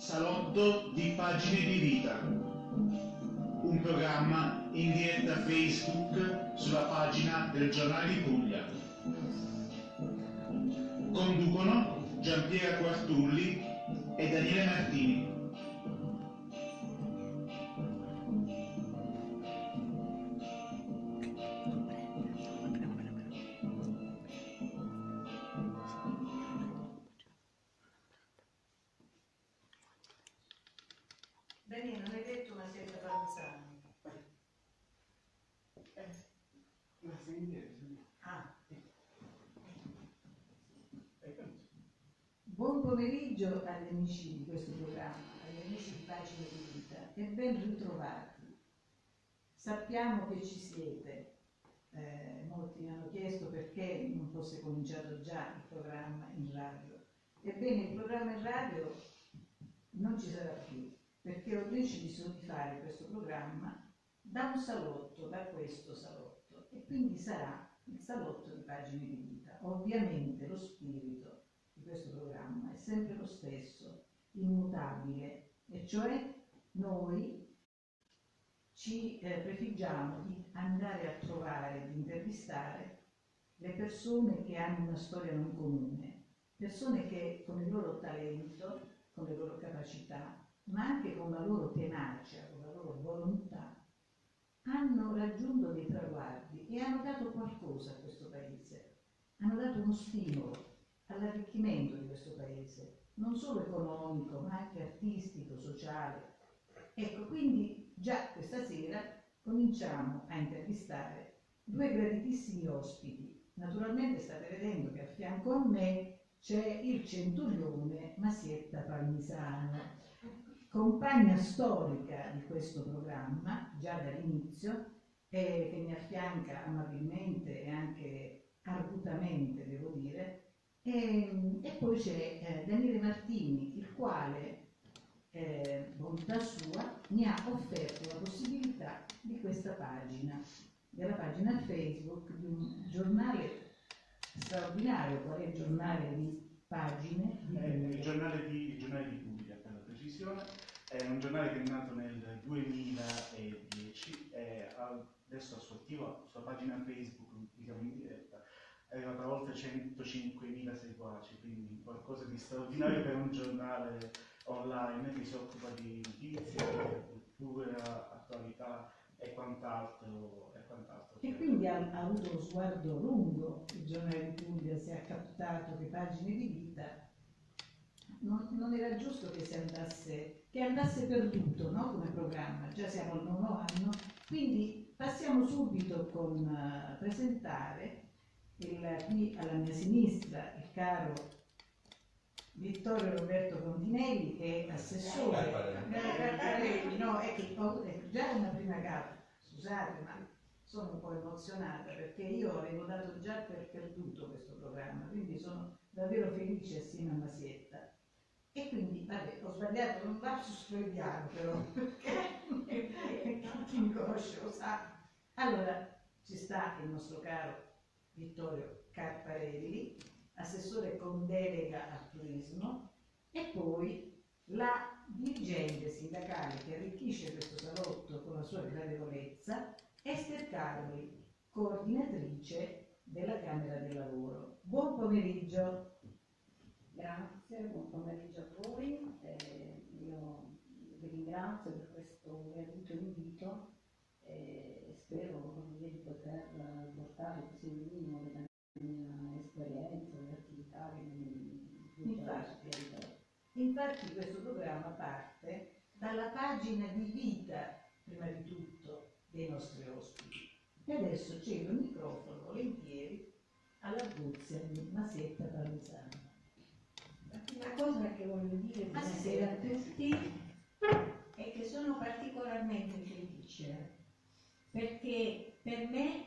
Salotto di Pagine di Vita, un programma in diretta Facebook sulla pagina del Giornale di Puglia. Conducono Giampiera Quartulli e Daniele Martini. Daniele, non hai detto una siete parmesani? Buon pomeriggio agli amici di questo programma, agli amici di Pagine di Vita e ben ritrovati. Sappiamo che ci siete. Molti mi hanno chiesto perché non fosse cominciato già il programma in radio. Ebbene, il programma in radio non ci sarà più, perché ho deciso di fare questo programma da un salotto, da questo salotto, e quindi sarà il salotto di Pagine di Vita. Ovviamente lo spirito di questo programma è sempre lo stesso, immutabile, e cioè noi ci prefiggiamo di andare a trovare, di intervistare le persone che hanno una storia non comune, persone che con il loro talento, con le loro capacità, ma anche con la loro tenacia, con la loro volontà, hanno raggiunto dei traguardi e hanno dato qualcosa a questo paese, hanno dato uno stimolo all'arricchimento di questo paese, non solo economico, ma anche artistico, sociale. Ecco, quindi già questa sera cominciamo a intervistare due graditissimi ospiti. Naturalmente state vedendo che a fianco a me c'è il centurione Masietta Palmisano, compagna storica di questo programma, già dall'inizio, che mi affianca amabilmente e anche argutamente, devo dire, e poi c'è Daniele Martini, il quale, bontà sua, mi ha offerto la possibilità di questa pagina, della pagina Facebook di un giornale straordinario. Qual è il giornale di Pagine di Puglia? Il giornale di Puglia, per la precisione. È un giornale che è nato nel 2010 e adesso a suo attivo, sulla pagina Facebook, siamo in diretta, è arrivata a oltre 105.000 seguaci, quindi qualcosa di straordinario per un giornale online che si occupa di notizie, cultura, attualità e quant'altro. E quindi ha avuto lo sguardo lungo il giornale di Puglia, si è captato che Pagine di Vita non era giusto che andasse perduto, no? Come programma. Già siamo al 9° anno, quindi passiamo subito con presentare qui alla mia sinistra il caro Vittorio Roberto Continelli, che è assessore. No, è già una prima gara, scusate, ma sono un po' emozionata perché io avevo dato già per perduto questo programma, quindi sono davvero felice assieme a Masietta. E quindi, vabbè, ho sbagliato, non lapsus freudiano però, perché chi mi conosce lo sa. Allora, ci sta il nostro caro Vittorio Carparelli, assessore con delega al turismo, e poi la dirigente sindacale che arricchisce questo salotto con la sua gradevolezza, Ester Caroli, coordinatrice della Camera del Lavoro. Buon pomeriggio. Grazie, buon pomeriggio a voi. Io vi ringrazio per questo gradito invito e spero di poter portare così un minimo della mia esperienza, le attività che mi Infatti questo programma parte dalla pagina di vita, prima di tutto, dei nostri ospiti. E adesso cedo il microfono volentieri all'arguzia di Masietta Palmisano. La prima cosa che voglio dire buonasera a tutti è che sono particolarmente felice perché per me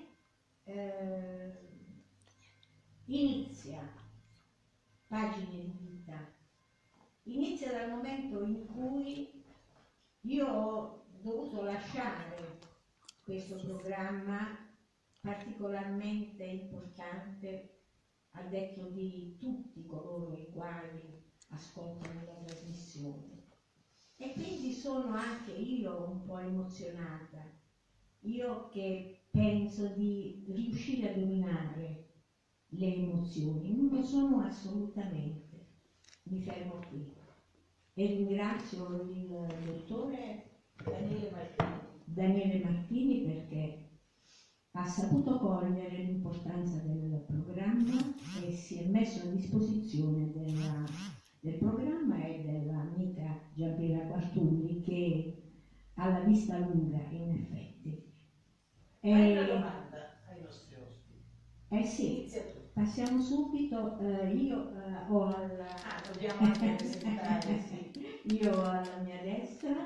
inizia Pagine di Vita, inizia dal momento in cui io ho dovuto lasciare questo programma particolarmente importante a detto di tutti coloro i quali ascoltano la trasmissione. E quindi sono anche io un po' emozionata, io che penso di riuscire a dominare le emozioni, non lo sono assolutamente, mi fermo qui e ringrazio il dottore Daniele Martini perché ha saputo cogliere l'importanza del programma e si è messo a disposizione del programma e dell'amica Giampiera Quartulli che ha la vista lunga in effetti. Fai una domanda ai nostri ospiti. Sì, Inizia tu. passiamo subito, io ho alla... dobbiamo anche presentare, sì. Io ho alla mia destra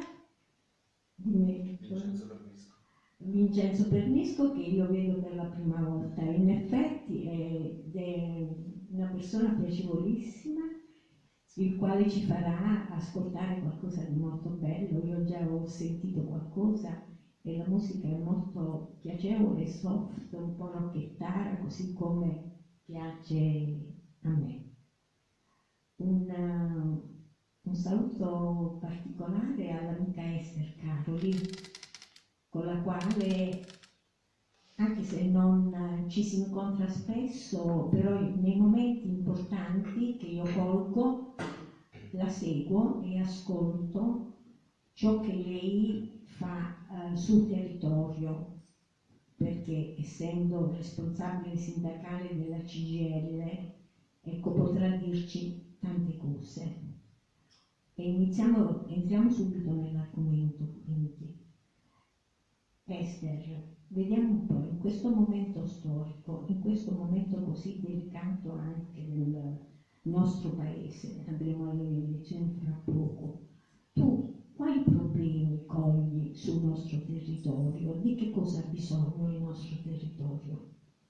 Vincenzo Pernisco. Vincenzo Pernisco, che io vedo per la prima volta in effetti è una persona piacevolissima, il quale ci farà ascoltare qualcosa di molto bello. Io già ho sentito qualcosa e la musica è molto piacevole, soft, un po' rocchettara, così come piace a me. Un saluto particolare all'amica Esther Caroli, con la quale, anche se non ci si incontra spesso, però nei momenti importanti che io colgo, la seguo e ascolto ciò che lei fa sul territorio, perché essendo responsabile sindacale della CGIL, ecco, potrà dirci tante cose. E entriamo subito nell'argomento, quindi. Esther, vediamo un po', in questo momento storico, in questo momento così delicato anche del nostro paese, andremo alle elezioni fra poco, tu quali problemi cogli sul nostro territorio? Di che cosa ha bisogno il nostro territorio?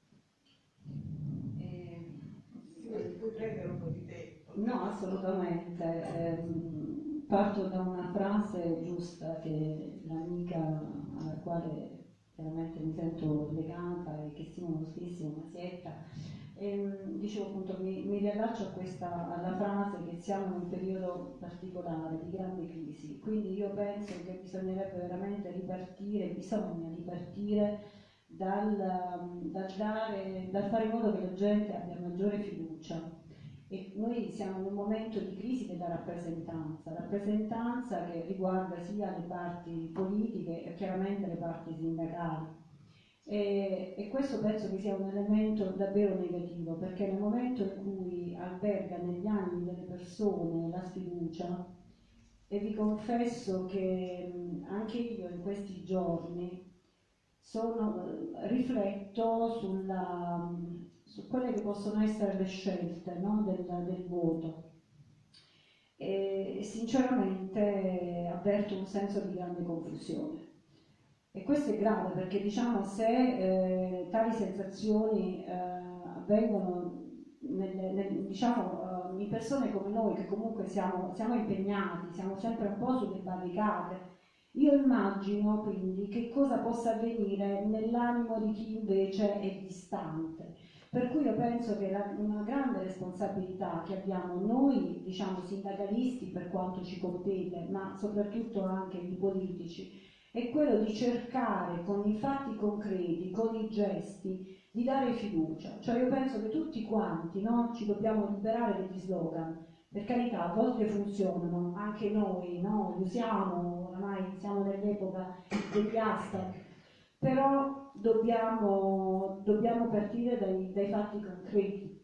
Puoi prendere un po' di tempo. No, assolutamente. Parto da una frase giusta che l'amica alla quale veramente mi sento legata e che stimo moltissimo, Masietta, dicevo appunto, mi riallaccio alla frase che siamo in un periodo particolare di grande crisi, quindi io penso che bisognerebbe veramente bisogna ripartire dal fare in modo che la gente abbia maggiore fiducia. E noi siamo in un momento di crisi della rappresentanza che riguarda sia le parti politiche e chiaramente le parti sindacali. E questo penso che sia un elemento davvero negativo, perché nel momento in cui alberga negli animi delle persone la sfiducia, e vi confesso che anche io in questi giorni rifletto su quelle che possono essere le scelte, no, del voto, e sinceramente avverto un senso di grande confusione. E questo è grave perché, diciamo, se tali sensazioni avvengono in persone come noi, che comunque siamo impegnati, siamo sempre un po' sulle barricate, io immagino quindi che cosa possa avvenire nell'animo di chi invece è distante. Per cui io penso che una grande responsabilità che abbiamo noi, diciamo, sindacalisti per quanto ci compete, ma soprattutto anche i politici, è quello di cercare con i fatti concreti, con i gesti, di dare fiducia. Cioè io penso che tutti quanti, no, ci dobbiamo liberare degli slogan. Per carità, a volte funzionano, anche noi, no, li usiamo, oramai siamo nell'epoca degli hashtag, però dobbiamo partire dai fatti concreti.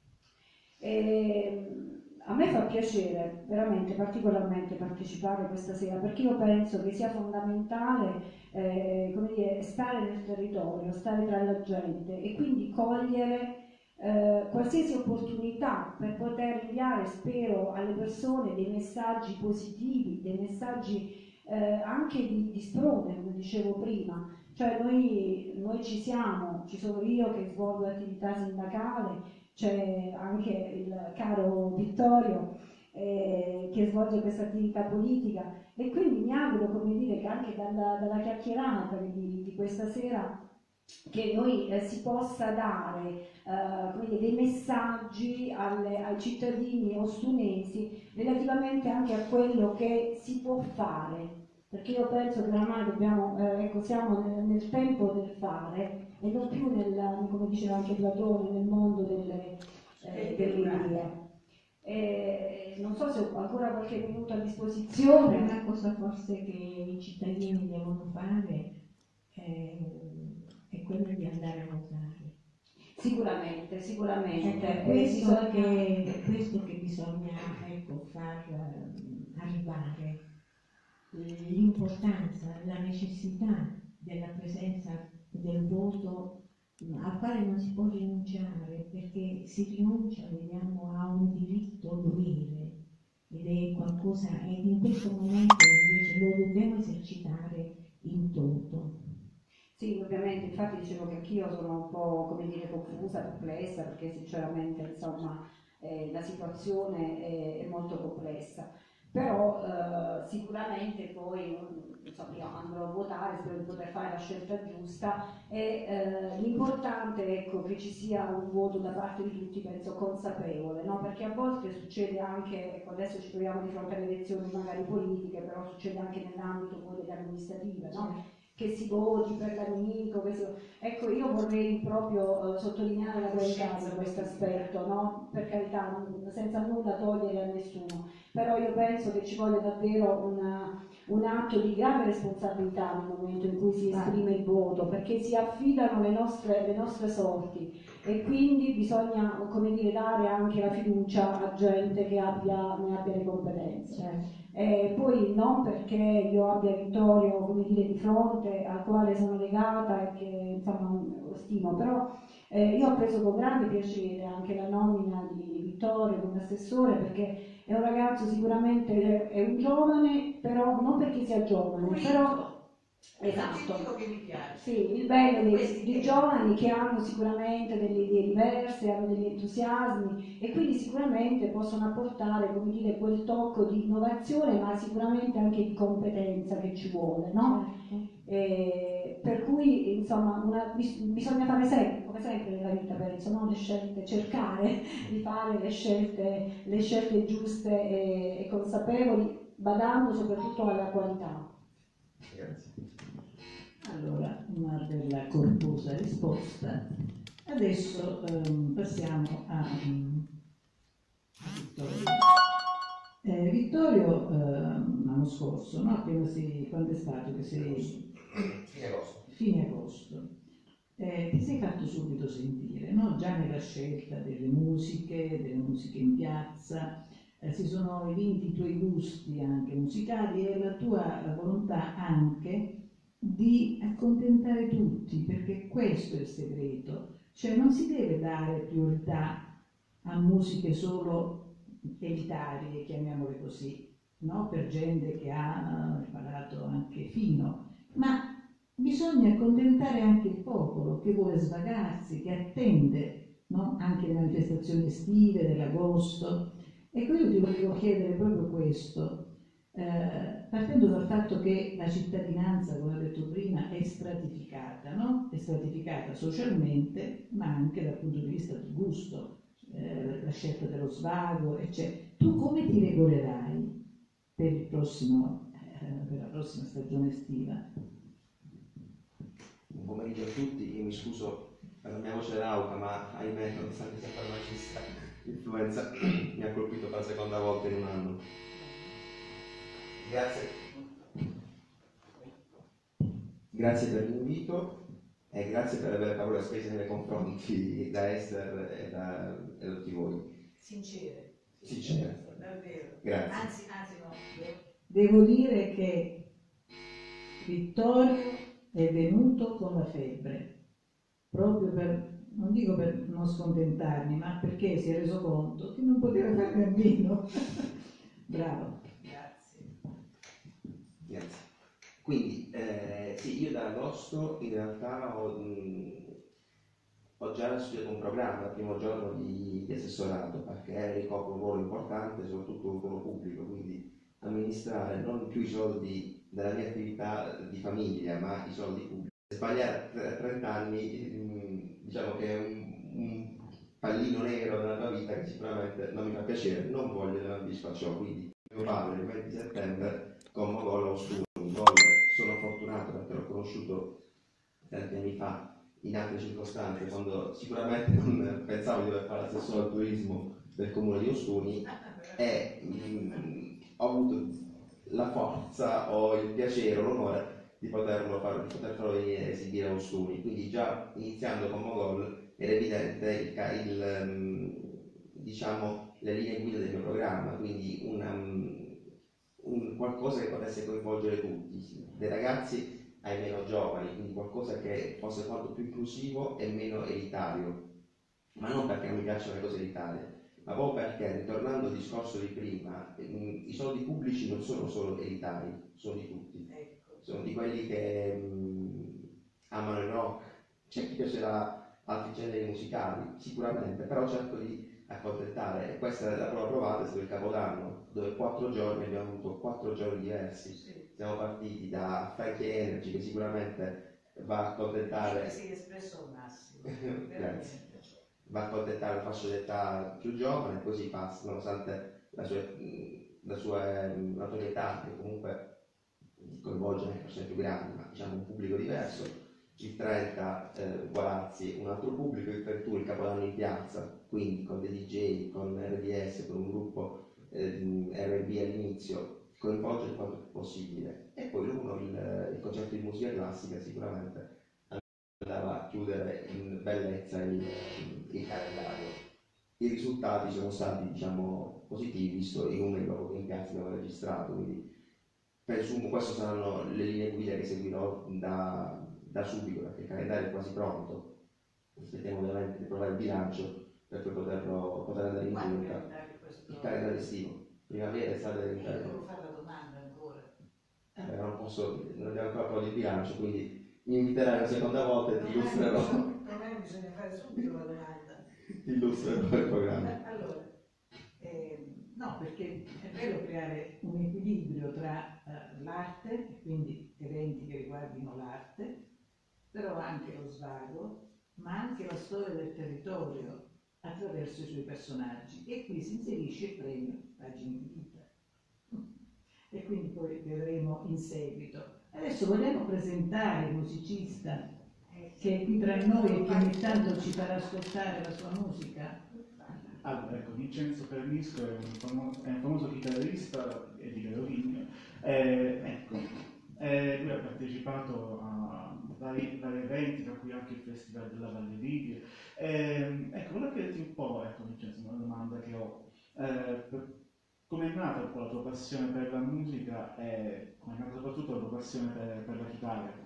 A me fa piacere veramente particolarmente partecipare questa sera, perché io penso che sia fondamentale come dire, stare nel territorio, stare tra la gente e quindi cogliere qualsiasi opportunità per poter inviare, spero, alle persone dei messaggi positivi, dei messaggi anche di sprone, come dicevo prima. Cioè noi ci siamo, ci sono io che svolgo attività sindacale, c'è anche il caro Vittorio che svolge questa attività politica, e quindi mi auguro, come dire, che anche dalla chiacchierata di questa sera che noi si possa dare come dire, dei messaggi ai cittadini ostunesi relativamente anche a quello che si può fare, perché io penso che oramai dobbiamo, ecco, siamo nel tempo del fare e non più come diceva anche Platone, nel mondo delle idee. Non so se ho ancora qualche minuto a disposizione. Una cosa forse che i cittadini devono fare è quello di andare a votare. Sicuramente. È questo che bisogna far arrivare, l'importanza, la necessità della presenza del voto al quale non si può rinunciare, perché si rinuncia, vediamo, a un diritto-dovere ed è qualcosa, e in questo momento invece lo dobbiamo esercitare in toto. Sì, ovviamente, infatti dicevo che anch'io sono un po', come dire, confusa, perplessa, perché sinceramente, insomma, la situazione è molto complessa. Però sicuramente poi insomma, io andrò a votare, spero di poter fare la scelta giusta e l'importante, ecco, che ci sia un voto da parte di tutti, penso consapevole, no? Perché a volte succede anche, ecco, adesso ci troviamo di fronte alle elezioni magari politiche, però succede anche nell'ambito poi delle amministrative, no? Che si voti per l'amico, ecco, io vorrei proprio sottolineare la gravità di questo aspetto, no? Per carità, senza nulla togliere a nessuno, però io penso che ci voglia davvero un atto di grande responsabilità nel momento in cui si esprime il voto, perché si affidano le nostre sorti e quindi bisogna, come dire, dare anche la fiducia a gente che ne abbia le competenze. Poi non perché io abbia Vittorio, come dire, di fronte al quale sono legata e che insomma lo stimo, però io ho preso con grande piacere anche la nomina di Vittorio come assessore, perché è un ragazzo sicuramente, è un giovane, però non perché sia giovane, però esatto, che mi piace. sì, il bello di giovani che hanno sicuramente delle idee diverse, hanno degli entusiasmi e quindi sicuramente possono apportare, come dire, quel tocco di innovazione, ma sicuramente anche di competenza che ci vuole, no? Per cui insomma bisogna fare sempre, come sempre nella vita, penso, no? Le scelte, cercare di fare le scelte giuste e consapevoli, badando soprattutto alla qualità. Grazie. Allora, una bella corposa risposta. Adesso passiamo a Vittorio. Vittorio, l'anno scorso, no? Quando è stato che sei? Fine agosto. Fine agosto. Ti sei fatto subito sentire, no? Già nella scelta delle musiche in piazza, si sono evinti i tuoi gusti anche musicali e la tua volontà anche di accontentare tutti, perché questo è il segreto, cioè non si deve dare priorità a musiche solo elitarie, chiamiamole così, no? Per gente che ha imparato anche fino, ma bisogna accontentare anche il popolo che vuole svagarsi, che attende, no? Anche le manifestazioni estive dell'agosto. Ecco, io ti volevo chiedere proprio questo, partendo dal fatto che la cittadinanza, come ho detto prima, è stratificata, no? È stratificata socialmente, ma anche dal punto di vista del gusto, la scelta dello svago, eccetera. Tu come ti regolerai per la prossima stagione estiva? Buon pomeriggio a tutti, io mi scuso per la mia voce rauca, ma ahimè, nonostante sia farmacista, l'influenza mi ha colpito per la seconda volta in un anno. Grazie per l'invito e grazie per aver parole spese nei miei confronti da Esther e da tutti voi. Sincere. Davvero. Grazie. Anzi no. Devo dire che Vittorio è venuto con la febbre, proprio non dico per non scontentarmi, ma perché si è reso conto che non poteva fare a meno. Bravo. Grazie. Quindi, sì, io da agosto in realtà ho già studiato un programma il primo giorno di assessorato, perché ricopro un ruolo importante, soprattutto un ruolo pubblico, quindi amministrare non più i soldi della mia attività di famiglia, ma i soldi pubblici sbagliare a 30 anni, diciamo che è un pallino nero nella tua vita che sicuramente non mi fa piacere, non voglio che mi faccio. Quindi mio padre il 20 settembre con Mogol a Ostuni, sono fortunato perché l'ho conosciuto tanti anni fa in altre circostanze, quando sicuramente non pensavo di dover fare l'assessore al turismo del comune di Ostuni, e ho avuto la forza o il piacere o l'onore di poterlo farlo venire esibire a Ostuni. Quindi già iniziando con Mogol era evidente diciamo, le linee guida del mio programma, quindi un qualcosa che potesse coinvolgere tutti, dai ragazzi ai meno giovani, quindi qualcosa che fosse quanto più inclusivo e meno elitario, ma non perché non mi piacciono le cose elitarie, ma proprio perché, ritornando al discorso di prima, i soldi pubblici non sono solo elitari, sono di tutti, sono di quelli che amano il rock, c'è chi piacerà altri generi musicali, sicuramente, però cerco di accontentare, e questa è la prova provata, è stato il Capodanno, dove 4 giorni abbiamo avuto 4 giorni diversi. Siamo partiti da Frankie Energy, che sicuramente va a accontentare. Si è espresso al massimo. Grazie. Va a accontentare la fascia d'età più giovane, così passa, nonostante la sua notorietà, che comunque coinvolge anche persone più grandi, ma diciamo un pubblico diverso. Il 30 Guarazzi, un altro pubblico, il 31 il Capodanno in piazza, quindi con dei DJ, con RDS, con un gruppo R&B all'inizio, coinvolge il quanto più possibile. E poi il concerto di musica classica sicuramente andava a chiudere in bellezza il calendario. I risultati sono stati, diciamo, positivi, visto i numeri proprio che in piazza abbiamo registrato, quindi presumo queste saranno le linee guida che seguirò da subito, perché il calendario è quasi pronto. Aspettiamo ovviamente di provare il bilancio per poi poter andare in punta. Il calendario estivo, primavera, estate dell'inverno. Devo fare la domanda ancora. Non abbiamo ancora provato il bilancio, quindi mi inviterai una seconda volta e ti illustrerò. Domani bisogna fare subito la domanda. Ti illustrerò il programma. Allora, no, perché è bello creare un equilibrio tra l'arte, quindi eventi che riguardino l'arte, però anche lo svago, ma anche la storia del territorio attraverso i suoi personaggi. E qui si inserisce il premio Pagine di Vita. E quindi poi vedremo in seguito. Adesso vogliamo presentare il musicista che è qui tra noi e che ogni tanto ci farà ascoltare la sua musica. Allora, ecco, Vincenzo Pernisco è un famoso chitarrista di Caroligno. Lui ha partecipato a vari eventi, tra cui anche il Festival della Valle Lidio. Ecco, volevo chiederti un po', ecco, Vincenzo, una domanda che ho. Come è nata un po' la tua passione per la musica e come è nata soprattutto la tua passione per la chitarra?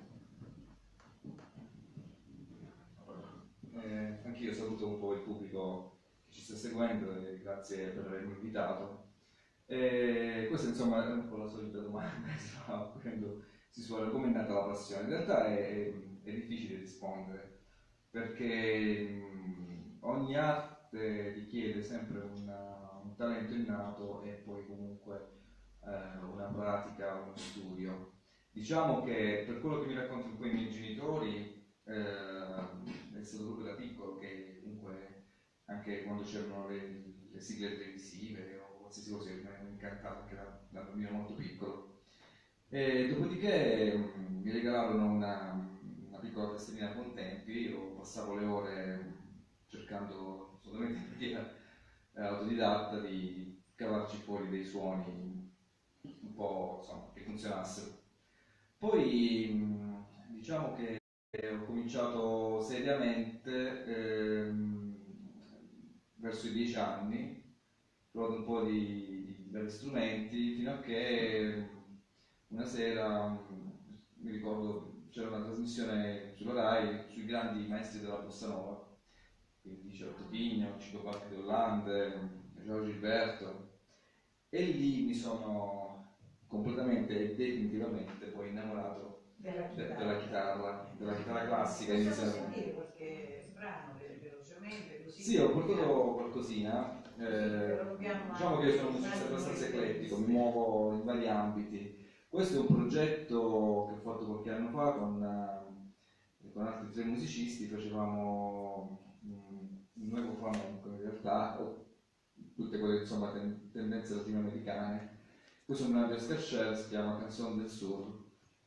Anch'io saluto un po' il pubblico che ci sta seguendo e grazie per avermi invitato. Questa insomma è un po' la solita domanda che si suole, come è nata la passione? In realtà è difficile rispondere, perché ogni arte richiede sempre un talento innato e poi comunque una pratica, uno studio. Diciamo che per quello che mi raccontano un po' i miei genitori, è stato proprio da piccolo che comunque anche quando c'erano le sigle televisive o qualsiasi cosa mi hanno incantato anche da bambino molto piccolo. E dopodiché mi regalarono una piccola tastierina con tempi, io passavo le ore cercando assolutamente in maniera autodidatta di cavarci fuori dei suoni un po' insomma, che funzionassero. Poi diciamo che ho cominciato seriamente verso i 10 anni, ho provato un po' di vari strumenti, fino a che una sera, mi ricordo, c'era una trasmissione sulla Rai sui grandi maestri della bossa nova, quindi c'era Topigno, Cicco Parchi d'Ollande, Giorgio Gilberto, e lì mi sono completamente e definitivamente poi innamorato della chitarra classica. Possiamo sentire qualche brano velocemente? Così sì, ho portato qualcosina. Diciamo che io sono un musicista abbastanza eclettico, mi muovo in vari ambiti. Questo è un progetto che ho fatto qualche anno fa con e con altri 3 musicisti facevamo un nuovo flamenco in realtà, o tutte quelle insomma tendenze latinoamericane. Questo è un audio sketch, si chiama Canzone del Sur.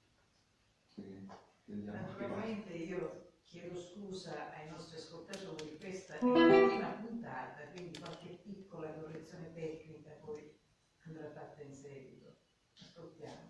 Naturalmente io chiedo scusa ai nostri ascoltatori, questa è la prima puntata, quindi qualche piccola correzione tecnica poi andrà fatta in seguito. Ascoltiamo.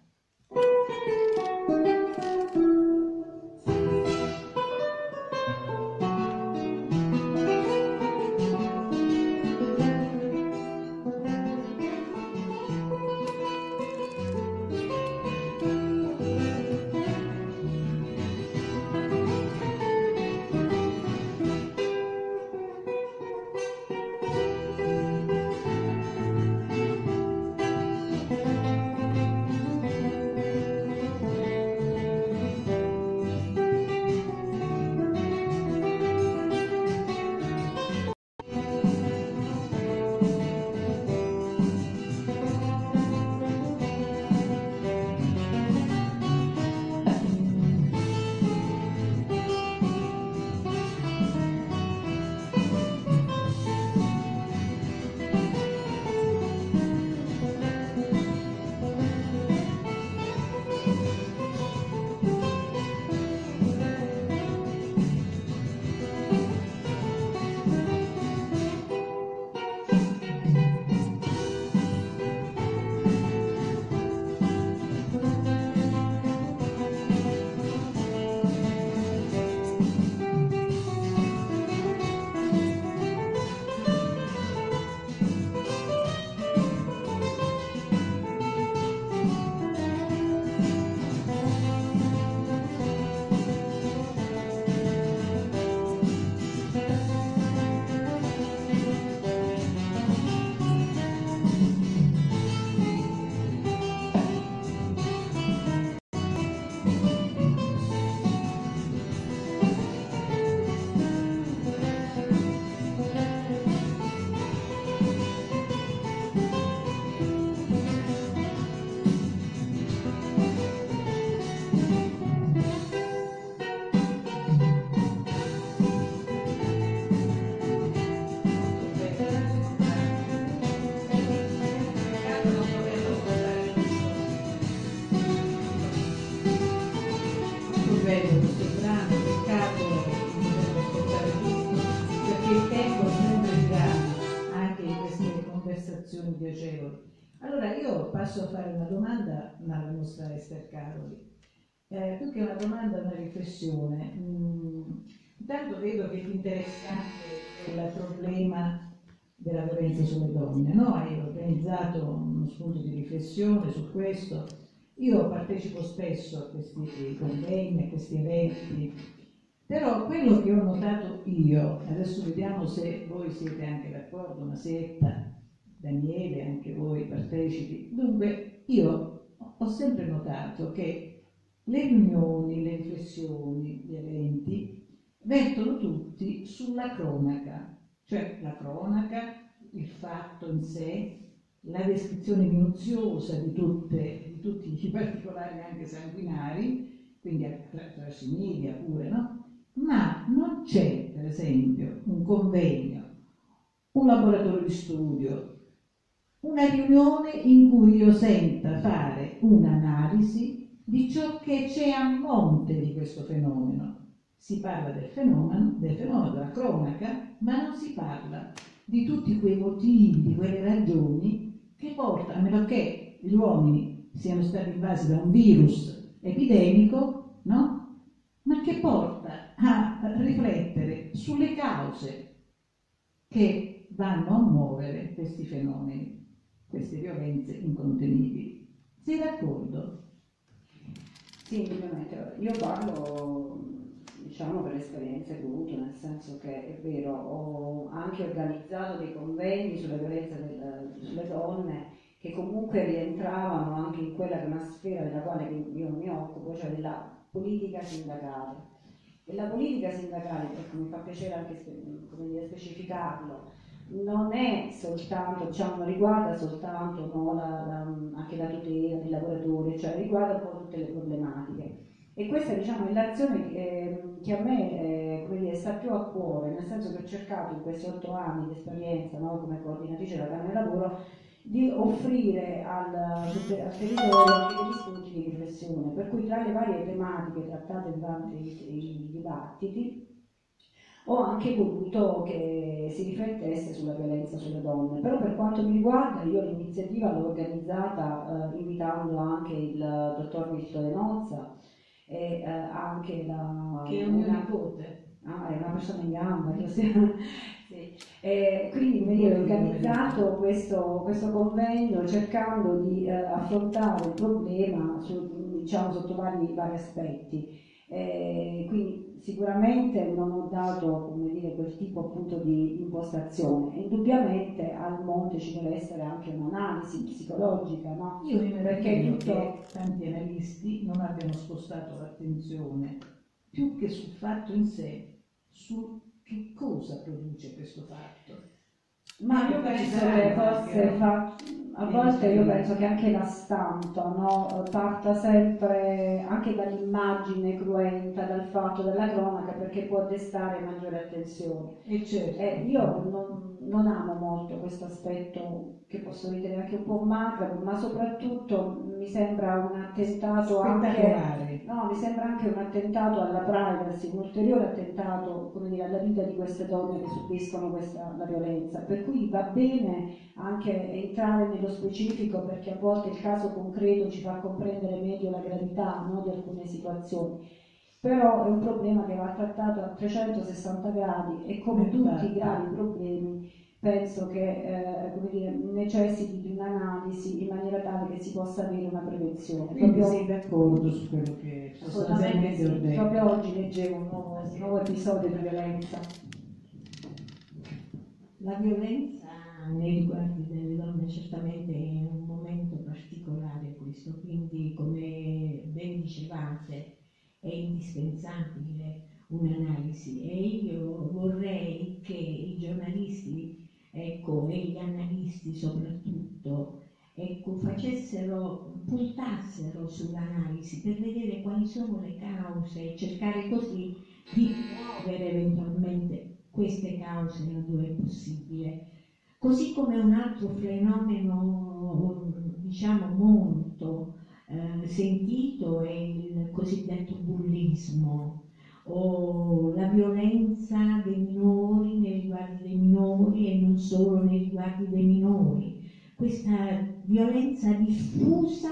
Bello questo brano, peccato non poterlo ascoltare tutto, perché il tempo sempre dirà anche in queste conversazioni piacevoli. Allora io passo a fare una domanda alla nostra Ester Caroli. Più che una domanda, una riflessione. Intanto vedo che ti interessa anche il problema della violenza sulle donne, no? Hai organizzato uno spunto di riflessione su questo. Io partecipo spesso a questi convegni, a questi eventi, però quello che ho notato io, adesso vediamo se voi siete anche d'accordo, Masetta, Daniele, anche voi partecipi. Dunque, io ho sempre notato che le riunioni, le riflessioni, gli eventi vertono tutti sulla cronaca, cioè la cronaca, il fatto in sé, la descrizione minuziosa di tutti i particolari anche sanguinari, quindi attraverso i media pure, no? Ma non c'è, per esempio, un convegno, un laboratorio di studio, una riunione in cui io senta fare un'analisi di ciò che c'è a monte di questo fenomeno. Si parla del fenomeno della cronaca, ma non si parla di tutti quei motivi, di quelle ragioni che portano, a meno che gli uomini siano stati invasi da un virus epidemico, no? Ma che porta a riflettere sulle cause che vanno a muovere questi fenomeni, queste violenze incontenibili. Sei d'accordo? Sì, indubbiamente. Io parlo, diciamo, per l'esperienza che ho avuto, nel senso che è vero, ho anche organizzato dei convegni sulla violenza sulle donne che comunque rientravano anche in quella che è una sfera della quale io mi occupo, cioè della politica sindacale. E la politica sindacale, ecco, mi fa piacere anche specificarlo, non è soltanto, diciamo, non riguarda soltanto, no, anche la tutela dei lavoratori, cioè riguarda un po' tutte le problematiche. E questa diciamo, è l'azione che a me come dire, sta più a cuore, nel senso che ho cercato in questi 8 anni di esperienza, no, come coordinatrice della Camera del Lavoro, di offrire al territorio anche degli spunti di riflessione, per cui tra le varie tematiche trattate durante i dibattiti ho anche voluto che si riflettesse sulla violenza sulle donne, però per quanto mi riguarda io l'iniziativa l'ho organizzata invitando anche il dottor Mirto De Nozza e anche che è un mio nipote. Ah, è una persona in gamba, sì. Quindi come dire, ho organizzato questo convegno cercando di affrontare il problema diciamo, sotto vari aspetti. Quindi sicuramente non ho dato come dire, quel tipo appunto di impostazione. Indubbiamente al monte ci deve essere anche un'analisi psicologica, no? Io mi meraviglio tutto... che tanti analisti non abbiano spostato l'attenzione più che sul fatto in sé, su che cosa produce questo fatto. Ma io penso che forse a volte io penso che anche la stampa, no, parta sempre anche dall'immagine cruenta, dal fatto della cronaca, perché può destare maggiore attenzione. E certo. Io non amo molto questo aspetto che posso ritenere anche un po' macabro, ma soprattutto mi sembra un attentato mi sembra anche un attentato alla privacy, un ulteriore attentato, come dire, alla vita di queste donne che subiscono la violenza. Per cui va bene anche entrare nello specifico, perché a volte il caso concreto ci fa comprendere meglio la gravità, no, di alcune situazioni. Però è un problema che va trattato a 360 gradi e come tutti i gravi problemi penso che come dire, necessiti di un'analisi in maniera tale che si possa avere una prevenzione. Quindi sei d'accordo su quello che sostanzialmente ho detto? Proprio oggi leggevo un nuovo episodio di violenza. La violenza nei riguardi delle donne certamente è un momento particolare questo, quindi come ben dicevate è indispensabile un'analisi e io vorrei che i giornalisti e gli analisti soprattutto puntassero sull'analisi per vedere quali sono le cause e cercare così di rimuovere eventualmente queste cause laddove è possibile. Così come un altro fenomeno diciamo molto sentito è il cosiddetto bullismo o la violenza dei minori nei riguardi dei minori e non solo nei riguardi dei minori. Questa violenza diffusa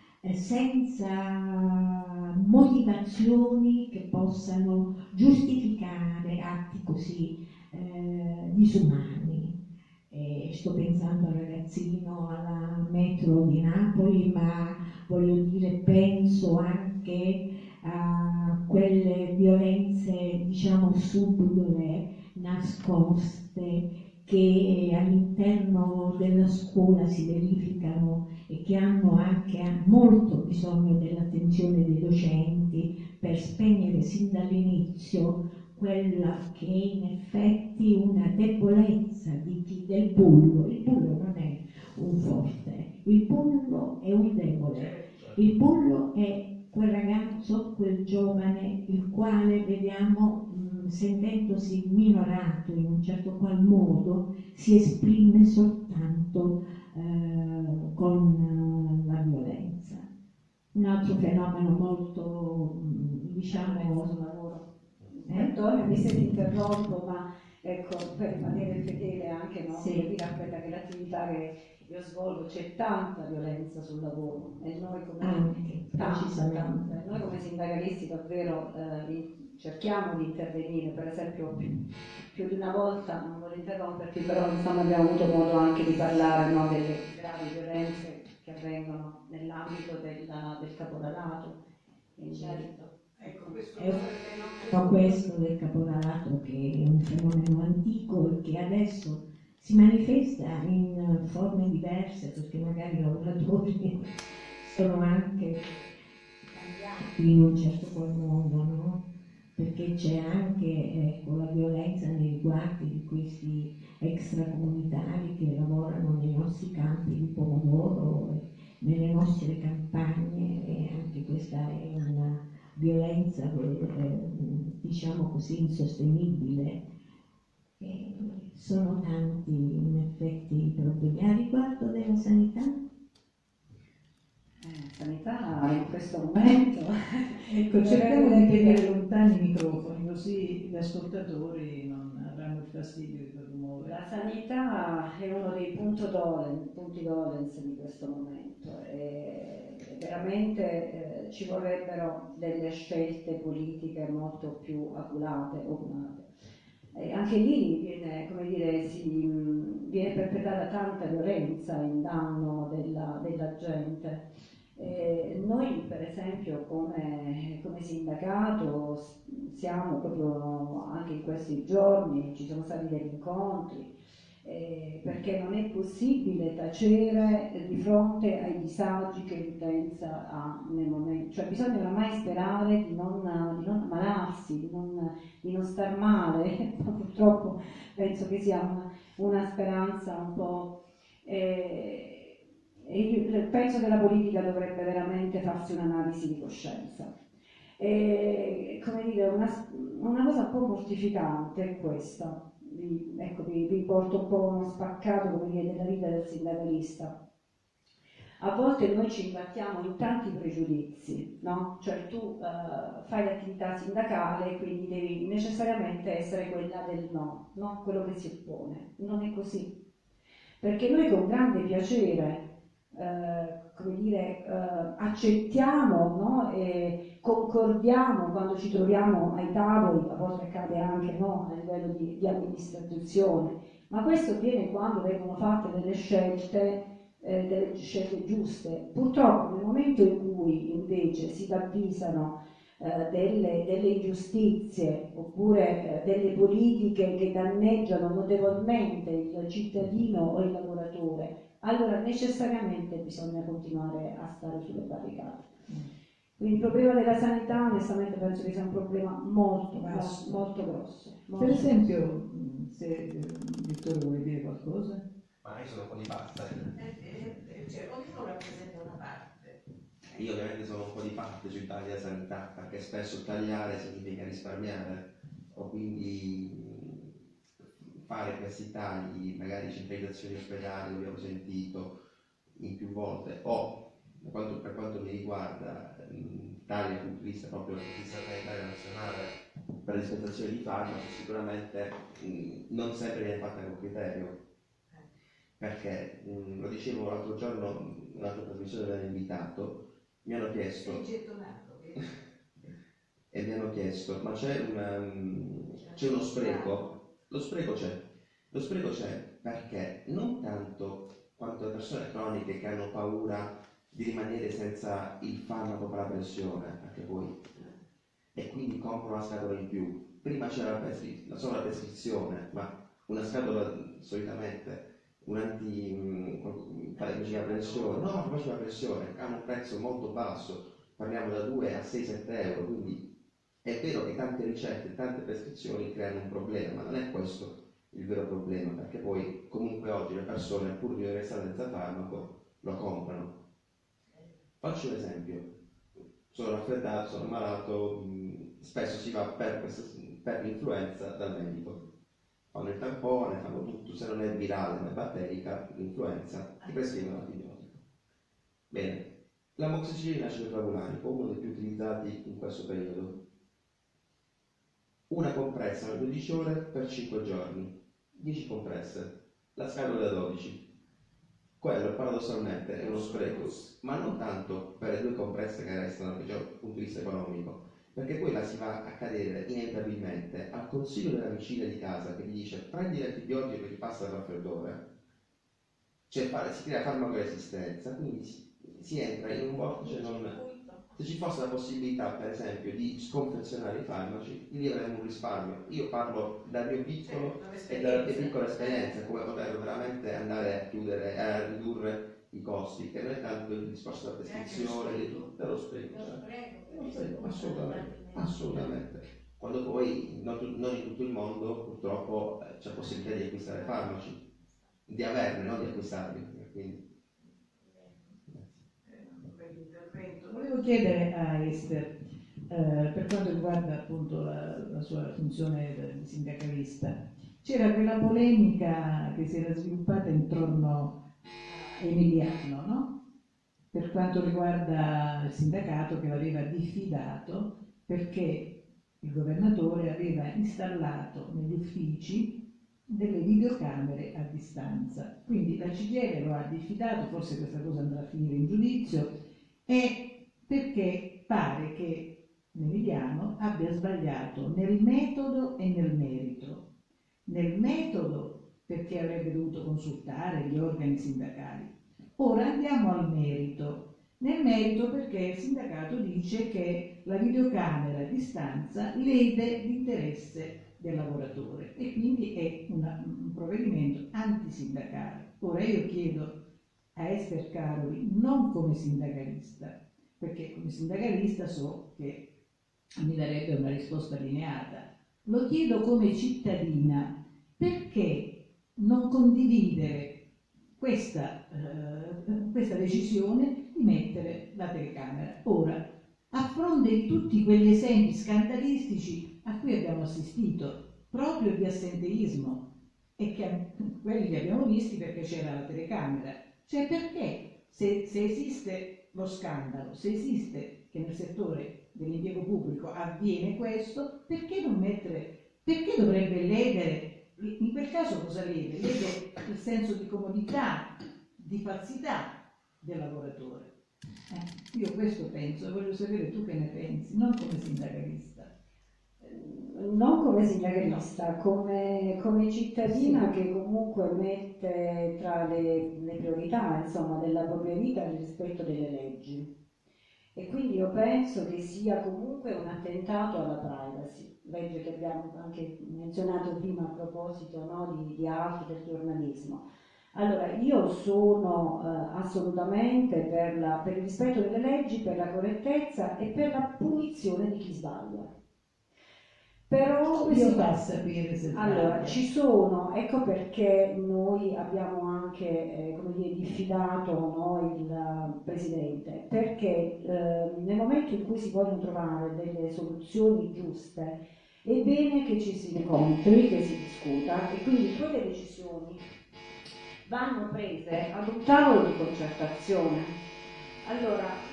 senza motivazioni che possano giustificare atti così disumani. Sto pensando al ragazzino alla metro di Napoli, ma voglio dire, penso anche a quelle violenze, diciamo, subdole, nascoste, che all'interno della scuola si verificano e che hanno anche molto bisogno dell'attenzione dei docenti per spegnere sin dall'inizio quella che è in effetti una debolezza del bullo. Il bullo non è un forte, il bullo è un debole, il bullo è quel ragazzo, quel giovane, il quale vediamo sentendosi minorato in un certo qual modo si esprime soltanto con la violenza. Un altro fenomeno molto diciamo sul lavoro. Antonio, mi se ti interrompo, ma ecco, per rimanere fedele anche no? Sì. Per dire a quella che l'attività che io svolgo, c'è tanta violenza sul lavoro e noi come precisamente. Noi come sindacalisti davvero cerchiamo di intervenire, per esempio più di una volta, non voglio interromperti, però insomma abbiamo avuto modo anche di parlare no, delle gravi violenze che avvengono nell'ambito del caporalato. Certo. Ecco, questo del caporalato che è un fenomeno antico e che adesso si manifesta in forme diverse, perché magari i lavoratori sono anche cambiati in un certo qual modo, no? Perché c'è anche la violenza nei riguardi di questi extracomunitari che lavorano nei nostri campi di pomodoro, nelle nostre campagne, e anche questa è violenza diciamo così insostenibile. Sono tanti in effetti i problemi. A riguardo della sanità? Sanità in questo momento. Ecco, cerchiamo di tenere lontani i microfoni, così gli ascoltatori non avranno il fastidio di rumore. La sanità è uno dei punti dolens di questo momento e veramente ci vorrebbero delle scelte politiche molto più oculate. Anche lì viene, come dire, viene perpetrata tanta violenza in danno della gente. Noi per esempio come sindacato siamo proprio anche in questi giorni, ci sono stati degli incontri, perché non è possibile tacere di fronte ai disagi che l'utenza ha nel momento, cioè bisogna oramai sperare di non ammalarsi, di non star male, ma purtroppo penso che sia una speranza un po'. E io penso che la politica dovrebbe veramente farsi un'analisi di coscienza. Come dire, una cosa un po' mortificante è questa. Vi porto un po' uno spaccato, come dire, della vita del sindacalista. A volte noi ci imbattiamo in tanti pregiudizi, no? Cioè tu fai l'attività sindacale, quindi devi necessariamente essere quella del no, quello che si oppone. Non è così. Perché noi con grande piacere come dire, accettiamo, no? E concordiamo quando ci troviamo ai tavoli, a volte accade anche, no? A livello di amministrazione, ma questo avviene quando vengono fatte delle scelte giuste. Purtroppo nel momento in cui invece si ravvisano delle ingiustizie oppure delle politiche che danneggiano notevolmente il cittadino o il lavoratore, allora necessariamente bisogna continuare a stare sulle barricate. Quindi il problema della sanità onestamente penso che sia un problema molto grosso. Per esempio, se Vittorio vuole dire qualcosa? Ma io sono un po' di parte. Cioè, ognuno rappresenta una parte. Io ovviamente sono un po' di parte sui tagli alla sanità, perché spesso tagliare significa risparmiare, o quindi fare questi tagli, magari centralizzazioni ospedali, abbiamo sentito in più volte, o per quanto mi riguarda tagli dal punto di vista proprio del Servizio sanitario nazionale per la dispensazione di farmaci, sicuramente non sempre viene fatta con criterio, perché lo dicevo l'altro giorno in un'altra trasmissione che avevano invitato, mi hanno chiesto e mi hanno chiesto, ma c'è uno spreco? Lo spreco c'è perché non tanto quanto le persone croniche che hanno paura di rimanere senza il farmaco per la pressione, perché poi, e quindi comprano una scatola in più. Prima c'era la sola prescrizione, ma una scatola solitamente faceva pressione, no, faceva pressione, hanno un prezzo molto basso, parliamo da 2 a 6-7 euro, quindi è vero che tante ricette, tante prescrizioni creano un problema, ma non è questo il vero problema, perché poi comunque oggi le persone pur di restare senza farmaco lo comprano. Faccio un esempio, sono raffreddato, sono malato, spesso si va per l'influenza dal medico. Fanno il tampone, fanno tutto, se non è virale ma è batterica, l'influenza, ti prescrivono l'antibiotico. Bene, l'amoxicillina cefaloramico, uno dei più utilizzati in questo periodo. Una compressa alle 12 ore per 5 giorni, 10 compresse, la scatola da 12. Quello paradossalmente è uno spreco, ma non tanto per le 2 compresse che restano, che già dal punto di vista economico, perché poi la si va a cadere inevitabilmente al consiglio della vicina di casa che gli dice prendi l'antibiotico che ti passa il raffreddore, cioè si crea farmacoresistenza, quindi si entra in un vortice. Se ci fosse la possibilità per esempio di sconfezionare i farmaci, lì avremmo un risparmio. Io parlo dal mio piccolo e dalla mia piccola esperienza, come poter veramente andare a chiudere, a ridurre i costi, che non è tanto il discorso della prescrizione, di tutto, lo spreco. Assolutamente. Quando poi non in tutto il mondo purtroppo c'è possibilità di acquistare farmaci, di averne, non di acquistarli. Quindi. Volevo chiedere a Esther, per quanto riguarda appunto la sua funzione di sindacalista, c'era quella polemica che si era sviluppata intorno a Emiliano, no? Per quanto riguarda il sindacato che l'aveva diffidato perché il governatore aveva installato negli uffici delle videocamere a distanza. Quindi la CGIL lo ha diffidato, forse questa cosa andrà a finire in giudizio, e perché pare che Emiliano abbia sbagliato nel metodo e nel merito. Nel metodo perché avrebbe dovuto consultare gli organi sindacali. Ora andiamo al merito. Nel merito perché il sindacato dice che la videocamera a distanza lede l'interesse del lavoratore e quindi è un provvedimento antisindacale. Ora io chiedo a Ester Caroli, non come sindacalista, perché come sindacalista so che mi darebbe una risposta allineata, lo chiedo come cittadina, perché non condividere questa decisione di mettere la telecamera. Ora, a fronte di tutti quegli esempi scandalistici a cui abbiamo assistito, proprio di assenteismo, e che quelli li abbiamo visti perché c'era la telecamera, cioè perché se esiste lo scandalo, se esiste che nel settore dell'impiego pubblico avviene questo, perché non mettere, perché dovrebbe ledere? In quel caso cosa lede? Lede il senso di comodità, di falsità del lavoratore. Io questo penso e voglio sapere tu che ne pensi, non come sindacalista. Non come sindacalista, come cittadina che comunque mette tra le priorità, insomma, della propria vita il rispetto delle leggi. E quindi io penso che sia comunque un attentato alla privacy, legge che abbiamo anche menzionato prima a proposito, no, di atti del giornalismo. Allora, io sono assolutamente per il rispetto delle leggi, per la correttezza e per la punizione di chi sbaglia. Però come si fa a sapere se allora, ci sono, ecco perché noi abbiamo anche come dire, diffidato il Presidente, perché nel momento in cui si vogliono trovare delle soluzioni giuste è bene che ci si incontri, che si discuta e quindi quelle decisioni vanno prese ad un tavolo di concertazione. Allora,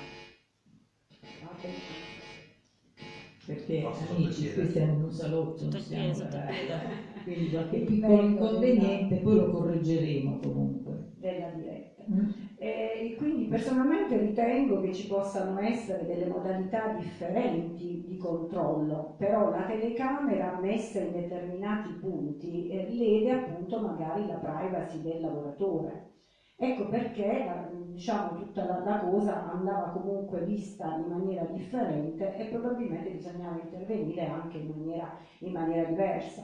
perché amici, qui siamo in un salotto, non siamo quindi qualche piccolo inconveniente poi lo correggeremo comunque. Della diretta. E quindi personalmente ritengo che ci possano essere delle modalità differenti di controllo, però la telecamera messa in determinati punti lede appunto magari la privacy del lavoratore. Ecco perché diciamo, tutta la cosa andava comunque vista in maniera differente e probabilmente bisognava intervenire anche in maniera diversa.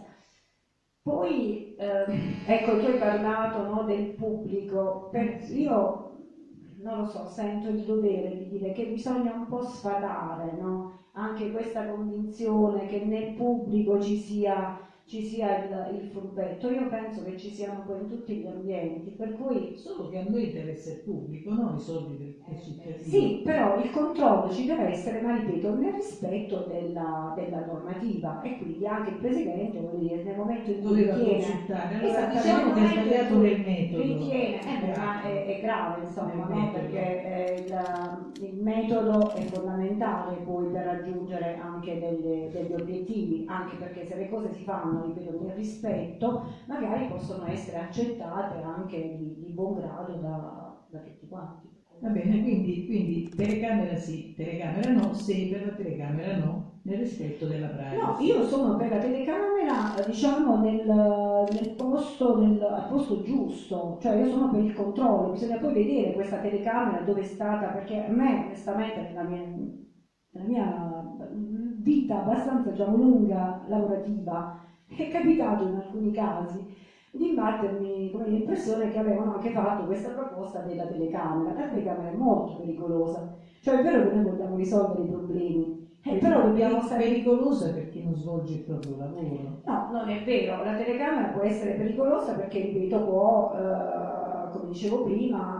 Poi, ecco, tu hai parlato, no, del pubblico, io non lo so, sento il dovere di dire che bisogna un po' sfatare, no? Anche questa convinzione che nel pubblico ci sia il furbetto. Io penso che ci siano poi in tutti gli ambienti, per cui... Solo che a noi interessa il pubblico, non i soldi dei cittadini. Sì, però il controllo ci deve essere, ma ripeto, nel rispetto della normativa e quindi anche il Presidente, vuol dire, nel momento in cui ritiene... Allora, diciamo che è sbagliato nel metodo. Ritiene, ma è grave, insomma, no? Perché il metodo è fondamentale poi per raggiungere anche degli obiettivi, anche perché se le cose si fanno, ripeto, nel rispetto, magari possono essere accettate anche di buon grado da tutti quanti. Va bene, quindi telecamera sì, telecamera no, se per la telecamera no, nel rispetto della privacy. No, io sono per la telecamera, diciamo, al posto giusto, cioè io sono per il controllo, bisogna poi vedere questa telecamera dove è stata, perché a me onestamente nella mia vita abbastanza lunga lavorativa è capitato in alcuni casi di imbattermi come l'impressione che avevano anche fatto questa proposta della telecamera. La telecamera è molto pericolosa, cioè è vero che noi vogliamo risolvere i problemi, però dobbiamo stare... Pericolosa per chi non svolge il proprio lavoro. No, non è vero, la telecamera può essere pericolosa perché, ripeto, può, come dicevo prima,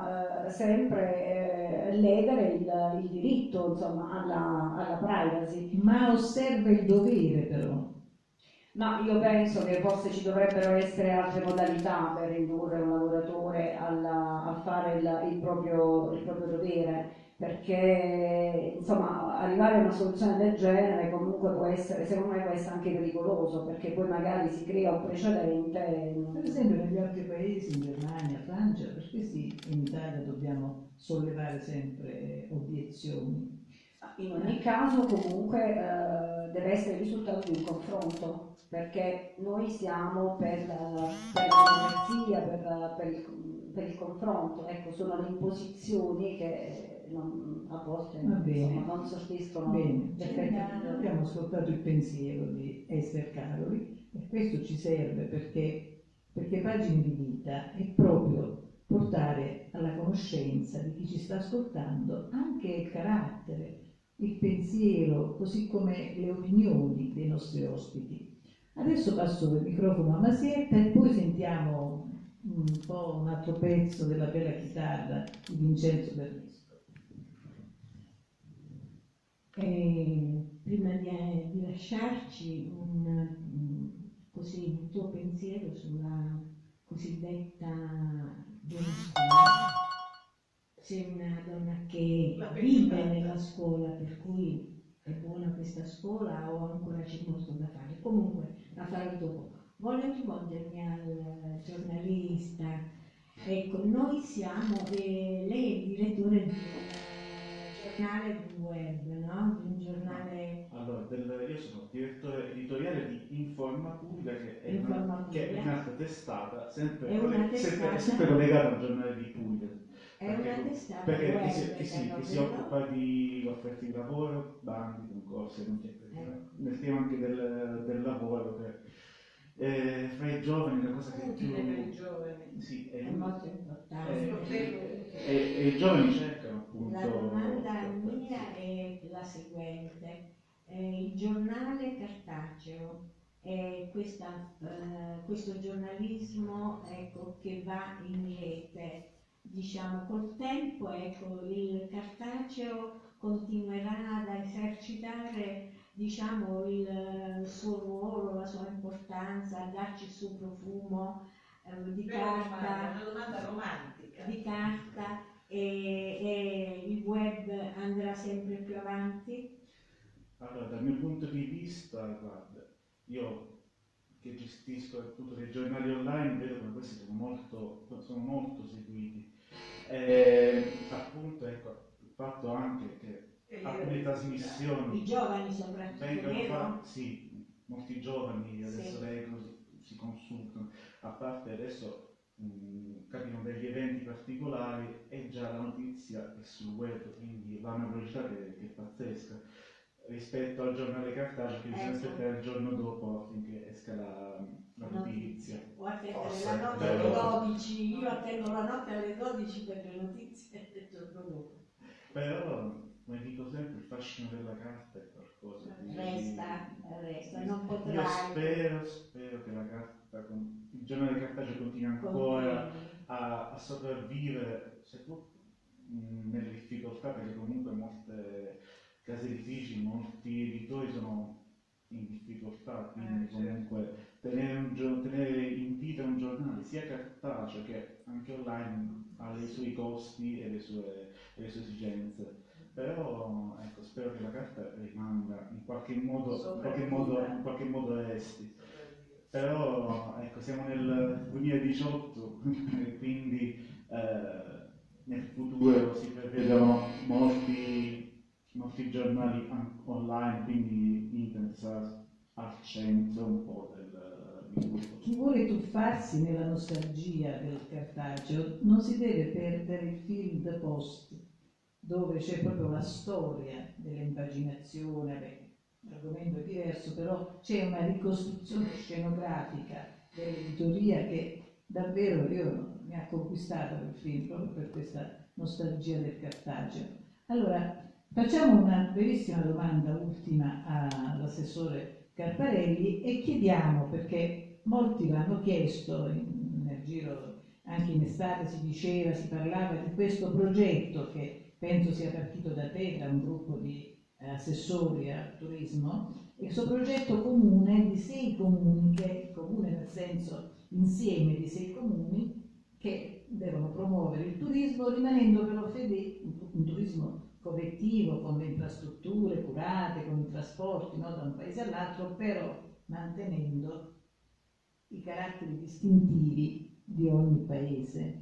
sempre ledere il diritto, insomma, alla privacy. Ma osserva il dovere però. Ma io penso che forse ci dovrebbero essere altre modalità per indurre un lavoratore a fare il proprio dovere, perché insomma arrivare a una soluzione del genere comunque può essere, secondo me può essere anche pericoloso, perché poi magari si crea un precedente. Per esempio negli altri paesi, in Germania, Francia, perché sì, in Italia dobbiamo sollevare sempre obiezioni. In ogni caso comunque deve essere il risultato di un confronto, perché noi siamo per la democrazia, per il confronto. Ecco, sono le imposizioni che a volte insomma, non sortiscono effetti. Abbiamo ascoltato il pensiero di Esther Caroli e questo ci serve perché Pagine di Vita è proprio portare alla conoscenza di chi ci sta ascoltando anche il carattere, il pensiero, così come le opinioni dei nostri ospiti. Adesso passo il microfono a Masietta e poi sentiamo un po' un altro pezzo della bella chitarra di Vincenzo Bernesco. Prima di lasciarci così, un tuo pensiero sulla cosiddetta donna scuola. Sei una donna che vive nella scuola, per cui è buona questa scuola o ancora c'è molto da fare? Comunque la farò dopo. Voglio rivolgermi al giornalista. Ecco, noi siamo, lei è il direttore di un giornale web, no? Di un giornale... Allora, io sono direttore editoriale di Informa Pubblica, che è un'altra testata, sempre collegata al giornale di Puglia. È una testata perché web, chi si occupa di offerte di lavoro, bandi, concorsi, nel tema anche del lavoro, che fra i giovani la cosa che più... per i giovani. Sì, è molto importante. E i giovani cercano appunto... La domanda mia è la seguente. Il giornale cartaceo è questo giornalismo, ecco, che va in rete. Diciamo, col tempo, ecco, il cartaceo continuerà ad esercitare, diciamo, il suo ruolo, la sua importanza, a darci il suo profumo di carta, una domanda romantica. di carta, e il web andrà sempre più avanti? Allora, dal mio punto di vista, guarda, io che gestisco appunto dei giornali online vedo che questi sono molto seguiti. Appunto, ecco, il fatto anche che alcune trasmissioni I giovani soprattutto, vengono vero? fatte, sì, molti giovani adesso leggono, si consultano, a parte adesso capitano degli eventi particolari e già la notizia è sul web, quindi va a una velocità che è pazzesca rispetto al giornale cartaceo che bisogna aspettare il giorno dopo affinché esca la notizia. O attendere la notte alle 12, io attendo la notte alle 12 per le notizie del giorno dopo. Però, come dico sempre, il fascino della carta è qualcosa di... Resta, non potrai... Io spero che la carta, il giornale cartaceo continui ancora a sopravvivere, seppur nelle difficoltà, perché comunque molte case editrici, molti editori sono in difficoltà, quindi comunque tenere in vita un giornale sia cartaceo che anche online ha i suoi costi e le sue esigenze. Però ecco, spero che la carta rimanga in qualche modo resti. Però ecco, siamo nel 2018, quindi nel futuro si prevedono molti giornali online, quindi internet sarà al centro un po' del Chi vuole tuffarsi nella nostalgia del cartaceo non si deve perdere il film The Post, dove c'è proprio la storia dell'impaginazione. L'argomento è diverso, però c'è una ricostruzione scenografica dell'editoria che davvero mi ha conquistato quel film proprio per questa nostalgia del cartaceo. Allora, facciamo una brevissima domanda ultima all'assessore Carparelli e chiediamo, perché molti l'hanno chiesto nel giro anche in estate si parlava di questo progetto che penso sia partito da te, da un gruppo di assessori al turismo, e questo progetto comune di 6 comuni, che comune nel senso insieme di 6 comuni, che devono promuovere il turismo rimanendo però fedeli, un turismo collettivo, con le infrastrutture curate, con i trasporti, no, da un paese all'altro, però mantenendo i caratteri distintivi di ogni paese.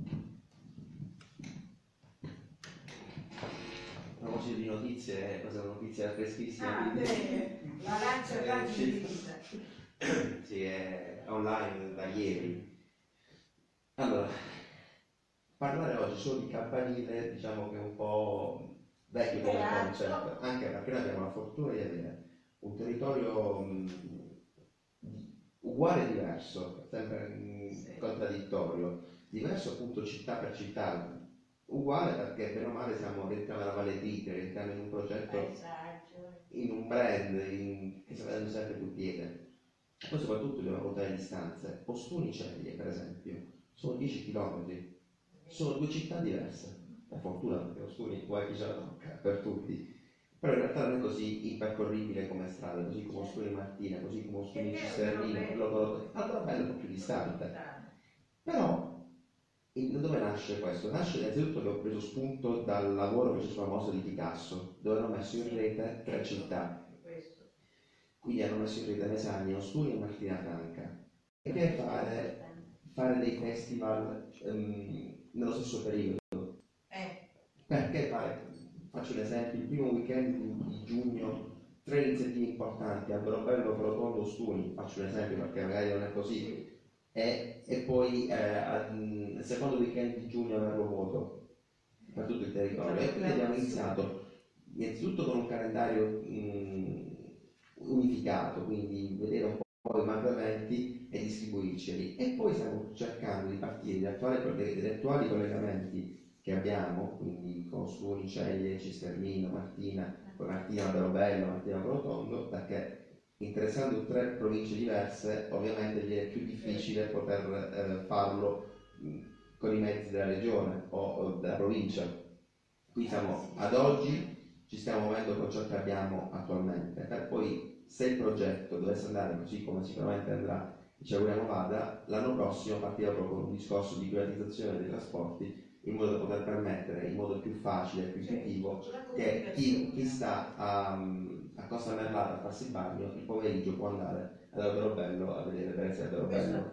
A proposito di notizie, questa è una notizia freschissima. La lancia sì, è online da ieri. Allora, parlare oggi solo di campanile diciamo che è un po' vecchio come concetto, anche perché noi abbiamo la fortuna di avere un territorio uguale e diverso, sempre contraddittorio, diverso appunto città per città, uguale perché bene o male rientriamo nella Valle d'Itria, rientriamo in un progetto, in un brand che sta avendo sempre più piede. Poi soprattutto dobbiamo valutare le distanze. Ostuni-Ceglie per esempio sono 10 km, sono 2 città diverse, per fortuna perché Ostuni vuoi chi ce la tocca per tutti, però in realtà non è così impercorribile come strada, così come Ostuni-Martina, così come Ostuni-Cisternino, allora bello un po' più distante. Però da dove nasce questo? Nasce innanzitutto che ho preso spunto dal lavoro che c'è sulla mostra di Picasso, dove hanno messo in rete 3 città. Quindi hanno messo in rete Mesania, Ostuni e Martina Franca. E che fare dei festival nello stesso periodo? Perché faccio un esempio, il primo weekend di giugno 3 iniziative importanti, Alberobello, Rotondo, Ostuni, faccio un esempio perché magari non è così, e poi il secondo weekend di giugno averlo vuoto per tutto il territorio. E quindi abbiamo iniziato innanzitutto con un calendario unificato, quindi vedere un po' i macroeventi e distribuirceli, e poi stiamo cercando di partire dagli attuali collegamenti che abbiamo, quindi con Ostuni, Ceglie, Cisternino, Martina, poi Martina Alberobello, Martina Rotondo, perché interessando 3 province diverse ovviamente gli è più difficile poter farlo con i mezzi della regione o della provincia. Qui siamo ad oggi, ci stiamo muovendo con ciò che abbiamo attualmente, per poi se il progetto dovesse andare così come sicuramente andrà e ci auguriamo vada, l'anno prossimo partirà proprio un discorso di privatizzazione dei trasporti, in modo da poter permettere in modo più facile e più intuitivo che chi sta a Costa Merlata a farsi il bagno il pomeriggio può andare ad Alberobello a vedere Venezia Alberobello.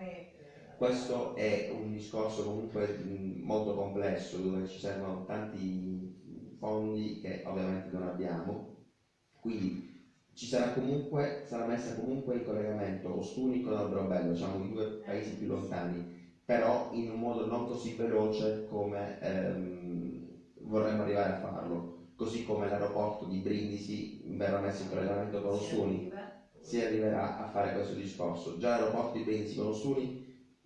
Questo è un discorso comunque molto complesso, dove ci servono tanti fondi che ovviamente non abbiamo, quindi sarà messa comunque in collegamento Ostuni con Alberobello, diciamo i 2 paesi più lontani, però in un modo non così veloce come vorremmo arrivare a farlo, così come l'aeroporto di Brindisi verrà messo in collegamento con Ostuni, si arriverà a fare questo discorso. Già l'aeroporto di Brindisi con Ostuni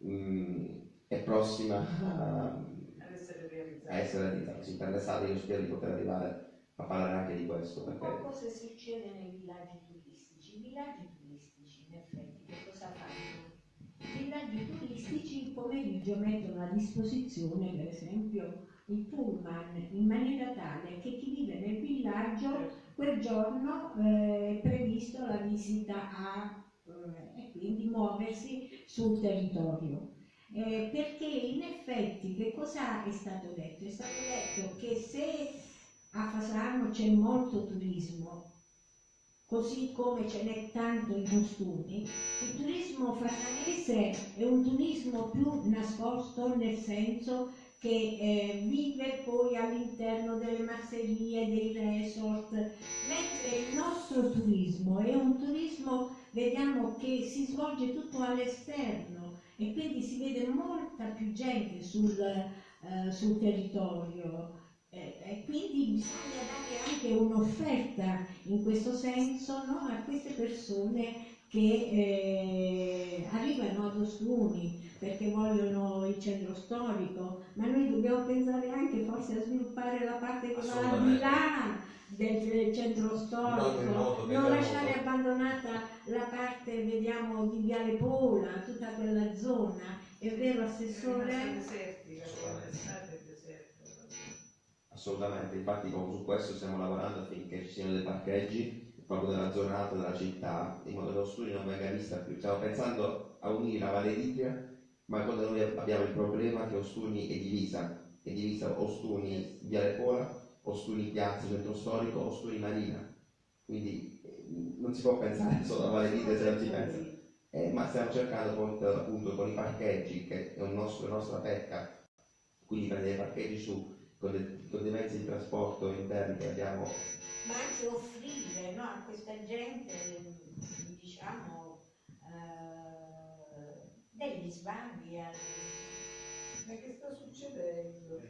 è prossima a essere realizzata, sì, per l'estate io spero di poter arrivare a parlare anche di questo. Un po' cosa succede nei villaggi turistici? I villaggi turistici in effetti che cosa fanno? I villaggi turistici il pomeriggio mettono a disposizione per esempio il pullman in maniera tale che chi vive nel villaggio quel giorno è previsto la visita e quindi muoversi sul territorio. Perché in effetti che cosa è stato detto? È stato detto che se a Fasano c'è molto turismo, così come ce n'è tanto in Ostuni, il turismo fasanese è un turismo più nascosto, nel senso che vive poi all'interno delle masserie, dei resort, mentre il nostro turismo è un turismo, vediamo, che si svolge tutto all'esterno e quindi si vede molta più gente sul territorio. E quindi bisogna dare anche un'offerta in questo senso, no, a queste persone che arrivano ad Ostuni perché vogliono il centro storico, ma noi dobbiamo pensare anche forse a sviluppare la parte che va al di là del centro storico, non lasciare abbandonata la parte, vediamo, di Viale Pola, tutta quella zona È vero, Assessore? Assolutamente, infatti su questo stiamo lavorando affinché ci siano dei parcheggi proprio nella giornata della città, in modo che lo studio non venga vista più. Stiamo pensando a unire la Valle d'Itria, ma quando noi abbiamo il problema che Ostuni è divisa Ostuni Viale Pola, Ostuni Piazza Centro Storico, Ostuni Marina, quindi non si può pensare solo a Valle d'Itria se non si pensa. Ma stiamo cercando appunto con i parcheggi, che è la nostra pecca, quindi prendere i parcheggi con dei mezzi di trasporto interni che abbiamo. Ma anche offrire, no, a questa gente, diciamo, degli svaghi. Ma che sta succedendo?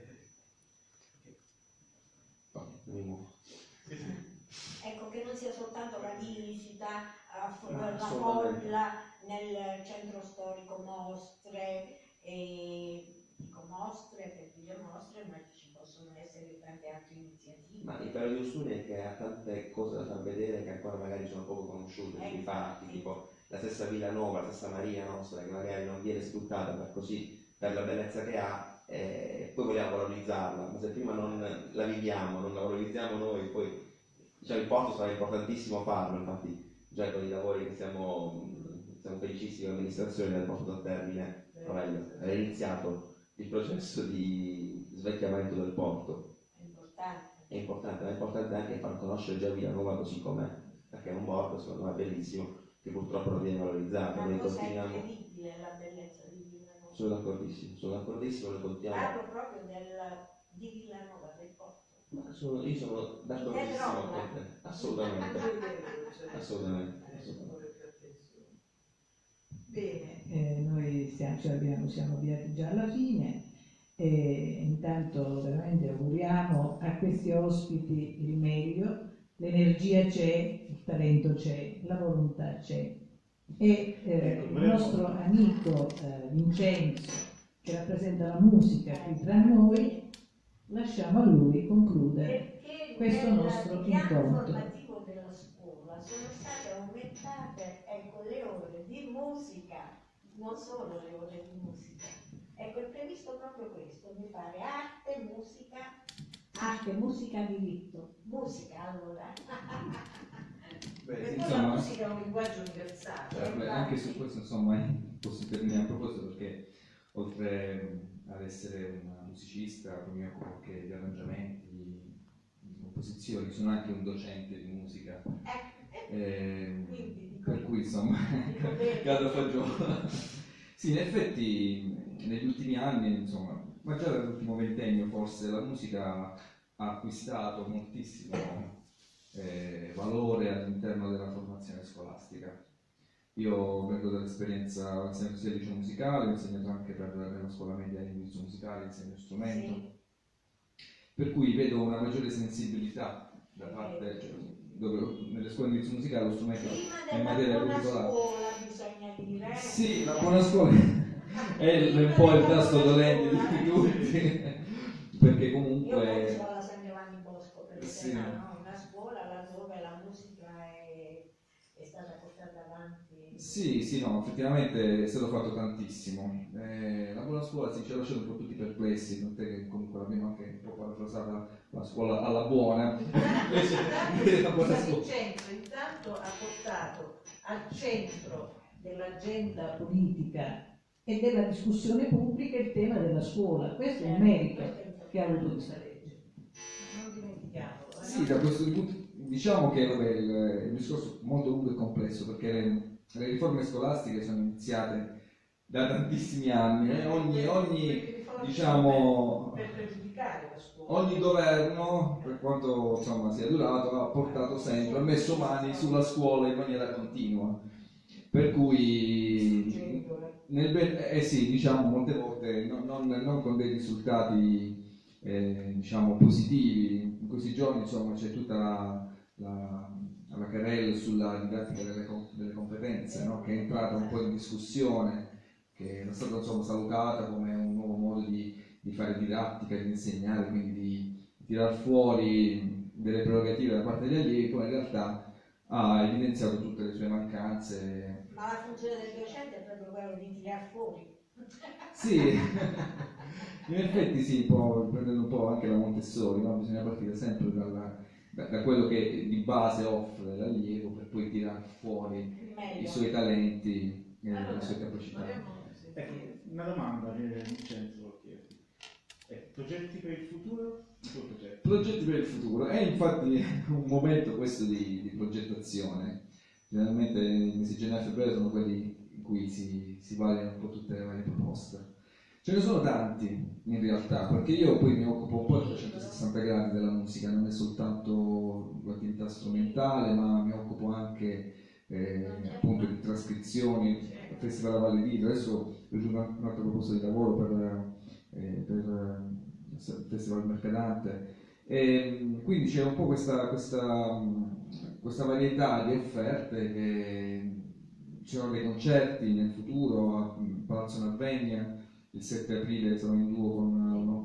Ecco, che non sia soltanto la visita, la assolutamente. folla nel centro storico, mostre, dico mostre per dire mostre, ma ci possono essere tante altre iniziative. Ma il bello di Ostuni è che ha tante cose da far vedere che ancora magari sono poco conosciute, i fatti, tipo la stessa Villa Nuova, la stessa Marina nostra, che magari non viene sfruttata per la bellezza che ha, e poi vogliamo valorizzarla, ma se prima non la viviamo, non la valorizziamo noi, poi diciamo, il porto sarà importantissimo farlo, infatti già con i lavori che siamo felicissimi l'amministrazione del porto a termine, è iniziato il processo di svecchiamento del porto. È importante, ma è importante anche far conoscere già Villanova così com'è, perché è un borgo secondo me bellissimo, che purtroppo non viene valorizzato. Una Noi cosa continuiamo. incredibile la bellezza di Villanova. Sono d'accordissimo, noi continuiamo. Parlo proprio di Villanova, del porto. Io sono d'accordissimo con te, assolutamente. Assolutamente. Bene, noi siamo avviati già alla fine e intanto veramente auguriamo a questi ospiti il meglio, l'energia c'è, il talento c'è, la volontà c'è e il nostro amico Vincenzo, che rappresenta la musica qui tra noi, lasciamo a lui concludere questo nostro Perché nel piano incontro. formativo della scuola sono state aumentate, ecco, le ore di musica, non solo le ore di musica. Ecco, è previsto proprio questo, mi pare, Arte, musica, diritto. musica, allora. Beh, E poi la musica è un linguaggio universale. anche su questo insomma posso intervenire a proposito, perché oltre ad essere una musicista, poi mi occupo anche di arrangiamenti, di composizioni, sono anche un docente di musica, per cui insomma cado fagiolo. Sì, in effetti negli ultimi anni, insomma, ma già nell'ultimo ventennio forse, la musica ha acquistato moltissimo valore all'interno della formazione scolastica. Io vengo dall'esperienza, ho insegnato sia al liceo musicale, ho insegnato anche nella scuola media di indirizzo musicale, insegno strumento, Sì. per cui vedo una maggiore sensibilità da parte, cioè, dove nelle scuole di indirizzo musicale lo strumento è Prima materia della buona curricolare. scuola bisogna dire. Sì, la buona scuola è un po' il tasto dolente di tutti, perché Io comunque. penso alla San Giovanni Bosco, per Sì. esempio, no? Una scuola laddove la musica è stata portata avanti. Sì, no, effettivamente è stato fatto tantissimo. La buona scuola ci ha lasciato un po' tutti perplessi, tant'è che comunque l'abbiamo anche un po' parafrasata la scuola alla buona. Invece la buona scuola. Vincenzo intanto ha portato al centro dell'agenda politica e della discussione pubblica il tema della scuola. Questo è il merito che ha avuto questa legge. Non dimentichiamolo. Sì, da questo punto diciamo che vabbè, il discorso è molto lungo e complesso, perché le riforme scolastiche sono iniziate da tantissimi anni e ogni diciamo, per pregiudicare la scuola. ogni governo, per quanto insomma sia durato, ha portato sempre, ha messo mani sulla scuola in maniera continua. Per cui sì, diciamo molte volte non con dei risultati diciamo positivi. In questi giorni insomma c'è tutta la querela sulla didattica delle competenze, no? Che è entrata un po' in discussione, che è stata insomma salutata come un nuovo modo di fare didattica, di insegnare, quindi di tirar fuori delle prerogative da parte degli allievi, poi in realtà ha evidenziato tutte le sue mancanze. Ma la funzione del docente è proprio quella di tirar fuori. Sì, in effetti sì, prendendo un po' anche la Montessori, no? Bisogna partire sempre da quello che di base offre l'allievo per poi tirare fuori i suoi talenti e le sue capacità. Una domanda che Vincenzo chiede. Progetti per il futuro? I tuoi progetti? Progetti per il futuro, è infatti un momento questo di progettazione. Generalmente i mesi di gennaio e febbraio sono quelli in cui si vagliano un po' tutte le varie proposte. Ce ne sono tanti in realtà, perché io poi mi occupo un po' a 360 gradi della musica, non è soltanto l'attività strumentale, ma mi occupo anche appunto di trascrizioni, il Festival a Valle d'Itria. Adesso ho giunto un'altra proposta di lavoro per il Festival Mercadante. Quindi c'è un po' questa varietà di offerte, che ci sono dei concerti nel futuro a Palazzo Navegna. Il 7 aprile sarò in duo con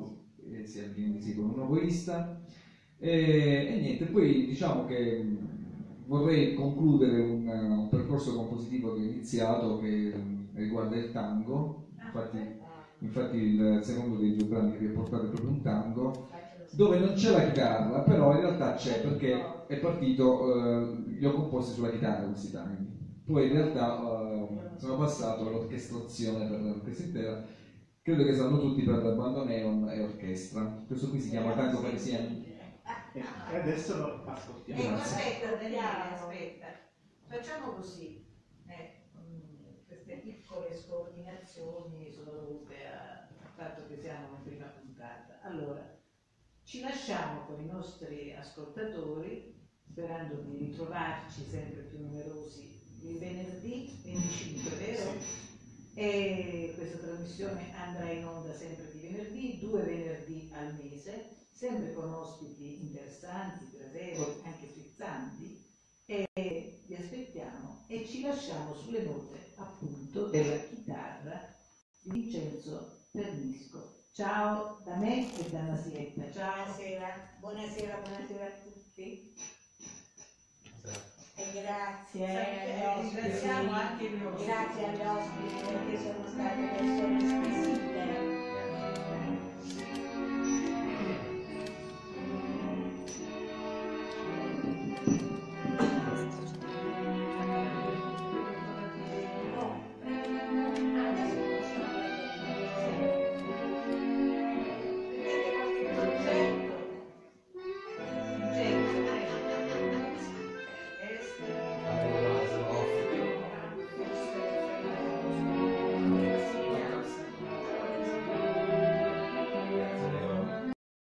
un oboista e niente, poi diciamo che vorrei concludere un percorso compositivo che ho iniziato, che riguarda il tango. Infatti il secondo dei due brani che vi ho portato è proprio un tango, dove non c'è la chitarra, però in realtà c'è, perché è partito, li ho composti sulla chitarra questi tangi. Poi in realtà sono passato all'orchestrazione per l'orchestra intera. Credo che sanno tutti per bandoneon e orchestra. Questo qui si chiama Tango Parisian. E adesso lo ascoltiamo. Aspetta, Daniele, aspetta. Facciamo così. Queste piccole scordinazioni sono dovute al fatto che siamo in prima puntata. Allora, ci lasciamo con i nostri ascoltatori, sperando di ritrovarci sempre più numerosi il venerdì 25, vero? Sì. E questa trasmissione andrà in onda sempre di venerdì, 2 venerdì al mese, sempre con ospiti interessanti, gradevoli, anche frizzanti, e vi aspettiamo e ci lasciamo sulle note appunto della chitarra di Vincenzo Pernisco. Ciao da me e da Nasietta. Ciao. Buonasera a tutti. E grazie ringraziamo anche i nostri. Grazie agli ospiti perché sono state persone squisite.